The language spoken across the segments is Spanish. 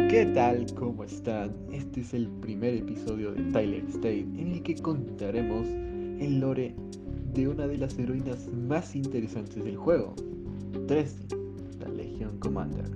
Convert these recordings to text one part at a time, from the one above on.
¿Qué tal? ¿Cómo están? Este es el primer episodio de Tyler State en el que contaremos el lore de una de las heroínas más interesantes del juego, Dresden, la Legion Commander.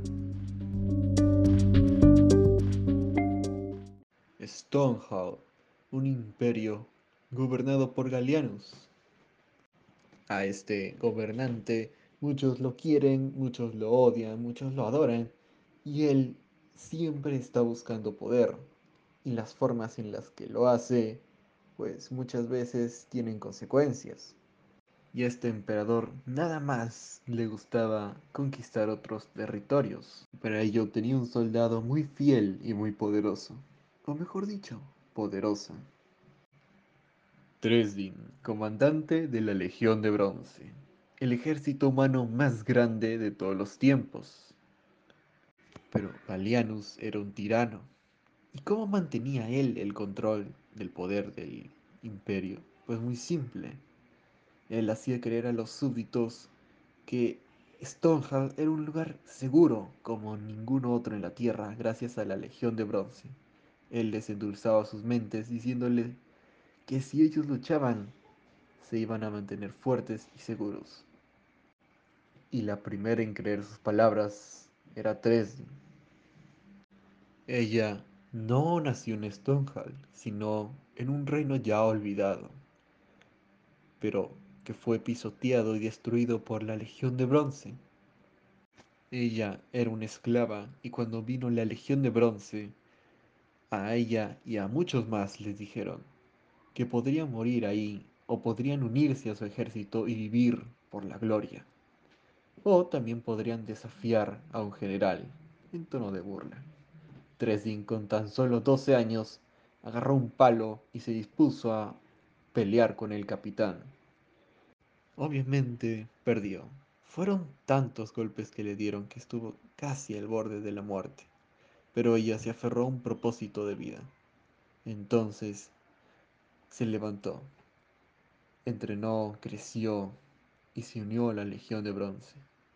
Stonehall, un imperio gobernado por Gallianus. A este gobernante muchos lo quieren, muchos lo odian, muchos lo adoran, y él siempre está buscando poder, y las formas en las que lo hace, pues muchas veces tienen consecuencias. Y a este emperador nada más le gustaba conquistar otros territorios. Para ello tenía un soldado muy fiel y muy poderoso, o mejor dicho, poderosa. Dresden, comandante de la Legión de Bronce, el ejército humano más grande de todos los tiempos. Pero Gallianus era un tirano. ¿Y cómo mantenía él el control del poder del imperio? Pues muy simple. Él hacía creer a los súbditos que Stonehall era un lugar seguro como ningún otro en la tierra gracias a la Legión de Bronce. Él les endulzaba sus mentes diciéndole que si ellos luchaban, se iban a mantener fuertes y seguros. Y la primera en creer sus palabras era Dresden. Ella no nació en Stonehall, sino en un reino ya olvidado, pero que fue pisoteado y destruido por la Legión de Bronce. Ella era una esclava y cuando vino la Legión de Bronce, a ella y a muchos más les dijeron que podrían morir ahí o podrían unirse a su ejército y vivir por la gloria. O también podrían desafiar a un general, en tono de burla. Dresden, con tan solo 12 años, agarró un palo y se dispuso a pelear con el capitán. Obviamente perdió. Fueron tantos golpes que le dieron que estuvo casi al borde de la muerte, pero ella se aferró a un propósito de vida. Entonces se levantó, entrenó, creció y se unió a la Legión de Bronce,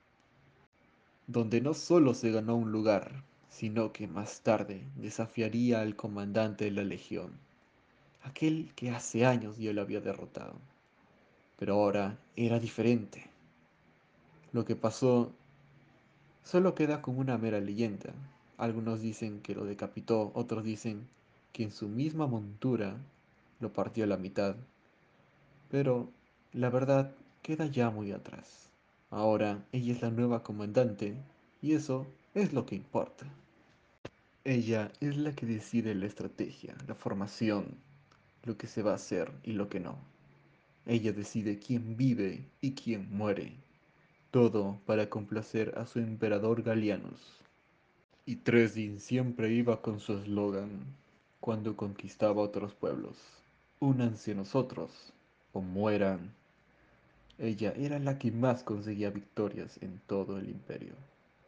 donde no solo se ganó un lugar, sino que más tarde desafiaría al comandante de la Legión, aquel que hace años ya lo había derrotado. Pero ahora era diferente. Lo que pasó solo queda como una mera leyenda. Algunos dicen que lo decapitó, otros dicen que en su misma montura lo partió a la mitad. Pero la verdad queda ya muy atrás. Ahora ella es la nueva comandante y eso es lo que importa. Ella es la que decide la estrategia, la formación, lo que se va a hacer y lo que no. Ella decide quién vive y quién muere. Todo para complacer a su emperador Gallianus. Y Dresden siempre iba con su eslogan cuando conquistaba otros pueblos. Únanse a nosotros o mueran. Ella era la que más conseguía victorias en todo el imperio.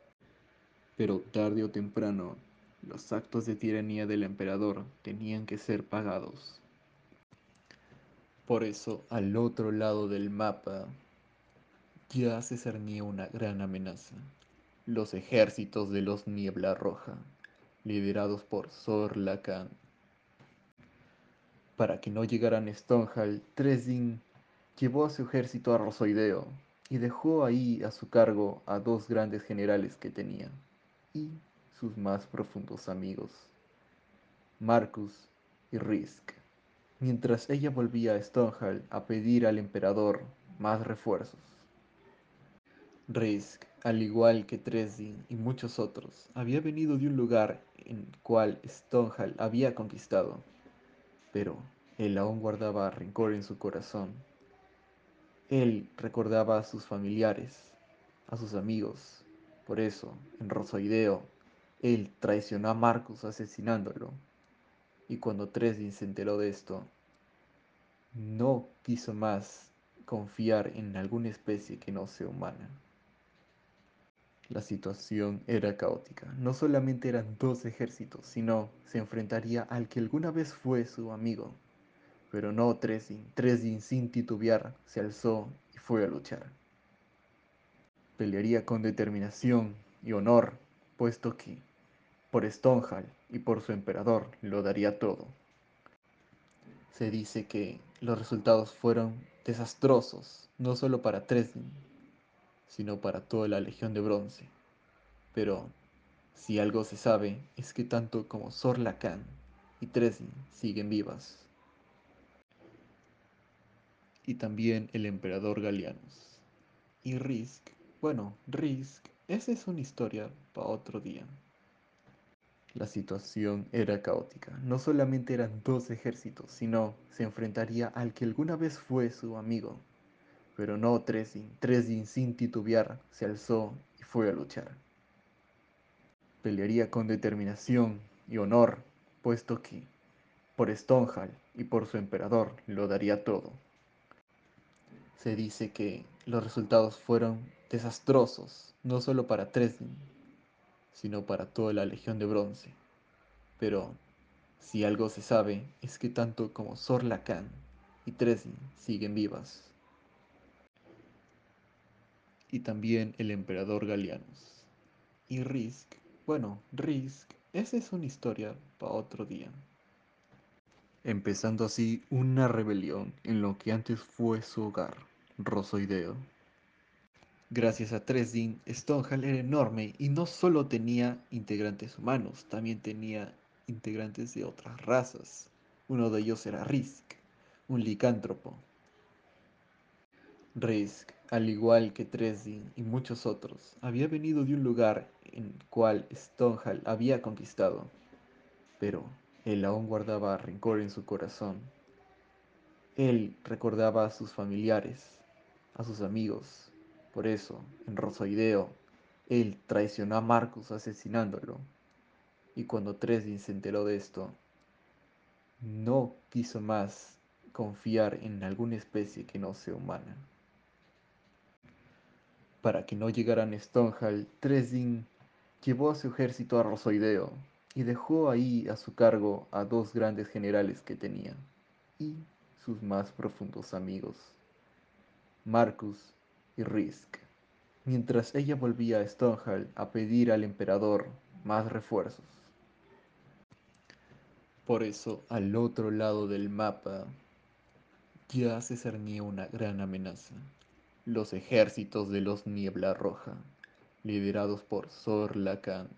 Pero tarde o temprano, los actos de tiranía del emperador tenían que ser pagados. Por eso, al otro lado del mapa, ya se cernía una gran amenaza. Los ejércitos de los Niebla Roja, liderados por Zorlacan. Para que no llegaran a Stonehall, Dresden llevó a su ejército a Rosoideo y dejó ahí a su cargo a dos grandes generales que tenía y sus más profundos amigos, Marcus y Risk, mientras ella volvía a Stonehall a pedir al emperador más refuerzos. Risk, al igual que Dresden y muchos otros, había venido de un lugar en el cual Stonehall había conquistado, pero él aún guardaba rencor en su corazón. Él recordaba a sus familiares, a sus amigos. Por eso, en Rosoideo, él traicionó a Marcus asesinándolo. Y cuando Dresden se enteró de esto, no quiso más confiar en alguna especie que no sea humana. La situación era caótica. No solamente eran dos ejércitos, sino se enfrentaría al que alguna vez fue su amigo. Pero no Dresden. Dresden sin titubear se alzó y fue a luchar. Pelearía con determinación y honor, puesto que Por Stonehall y por su emperador lo daría todo. Se dice que los resultados fueron desastrosos, no solo para Tresdin, sino para toda la Legión de Bronce. Pero si algo se sabe es que tanto como Zorlacan y Tresdin siguen vivas, y también el emperador Galianos. Y Risk, bueno, Risk, esa es una historia para otro día. La situación era caótica. No solamente eran dos ejércitos, sino se enfrentaría al que alguna vez fue su amigo. Pero no Tresdin. Tresdin sin titubear se alzó y fue a luchar. Pelearía con determinación y honor, puesto que por Stonehall y por su emperador lo daría todo. Se dice que los resultados fueron desastrosos, no solo para Tresdin, sino para toda la Legión de Bronce. Pero si algo se sabe es que tanto como Zorlacan y Tresdin siguen vivas, y también el emperador Galianos. Y Risk, bueno, Risk, esa es una historia para otro día. Empezando así una rebelión en lo que antes fue su hogar, Rosoideo. Gracias a Tresdin, Stonehall era enorme y no solo tenía integrantes humanos, también tenía integrantes de otras razas. Uno de ellos era Risk, un licántropo. Risk, al igual que Tresdin y muchos otros, había venido de un lugar en el cual Stonehall había conquistado, pero él aún guardaba rencor en su corazón. Él recordaba a sus familiares, a sus amigos. Por eso, en Rosoideo, él traicionó a Marcus asesinándolo. Y cuando Tresdin se enteró de esto, no quiso más confiar en alguna especie que no sea humana. Para que no llegaran a Stonehall, Tresdin llevó a su ejército a Rosoideo y dejó ahí a su cargo a dos grandes generales que tenía y sus más profundos amigos, Marcus y Risk, mientras ella volvía a Stonehall a pedir al emperador más refuerzos. Por eso, al otro lado del mapa, ya se cernía una gran amenaza. Los ejércitos de los Niebla Roja, liderados por Zorlacan.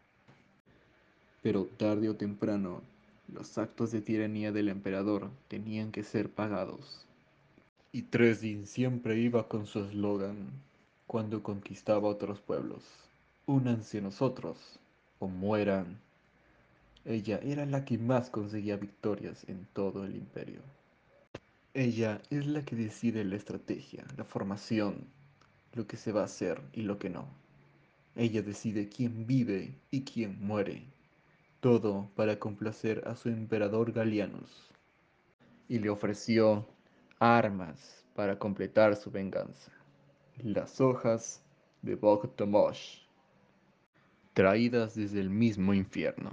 Pero tarde o temprano, los actos de tiranía del emperador tenían que ser pagados. Y Tresdin siempre iba con su eslogan cuando conquistaba otros pueblos. Únanse a nosotros o mueran. Ella era la que más conseguía victorias en todo el imperio. Ella es la que decide la estrategia, la formación, lo que se va a hacer y lo que no. Ella decide quién vive y quién muere. Todo para complacer a su emperador Galianus. Y le ofreció armas para completar su venganza. Las hojas de Bog Tomosh, traídas desde el mismo infierno.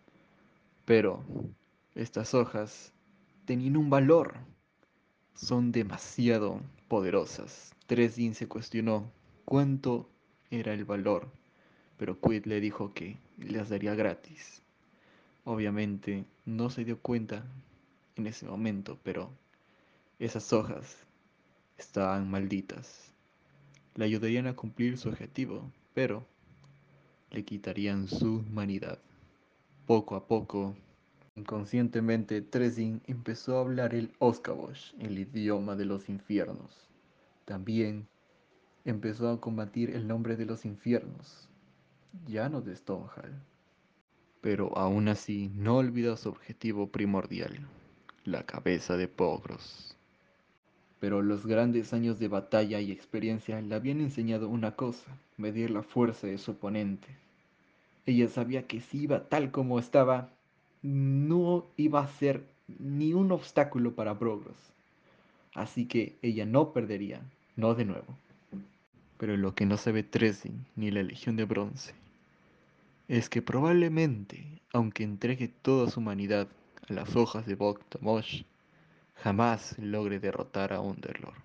Pero estas hojas tenían un valor. Son demasiado poderosas. Tresdin se cuestionó cuánto era el valor, pero Quid le dijo que las daría gratis. Obviamente no se dio cuenta en ese momento, pero esas hojas estaban malditas. Le ayudarían a cumplir su objetivo, pero le quitarían su humanidad. Poco a poco, inconscientemente, Tresdin empezó a hablar el Oskabosh, el idioma de los infiernos. También empezó a combatir el nombre de los infiernos, ya no de Stonehall. Pero aún así no olvidó su objetivo primordial, la cabeza de Pogros. Pero los grandes años de batalla y experiencia le habían enseñado una cosa, medir la fuerza de su oponente. Ella sabía que si iba tal como estaba, no iba a ser ni un obstáculo para Brogros. Así que ella no perdería, no de nuevo. Pero lo que no sabe Tressin ni la Legión de Bronce es que probablemente, aunque entregue toda su humanidad a las hojas de Bog Tomosh, jamás logre derrotar a Underlord,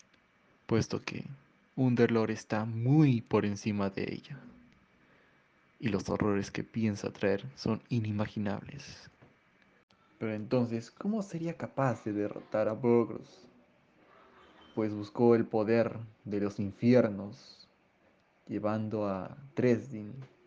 puesto que Underlord está muy por encima de ella. y los horrores que piensa traer son inimaginables. Pero entonces, ¿cómo sería capaz de derrotar a Bogros? Pues buscó el poder de los infiernos, llevando a Dresden.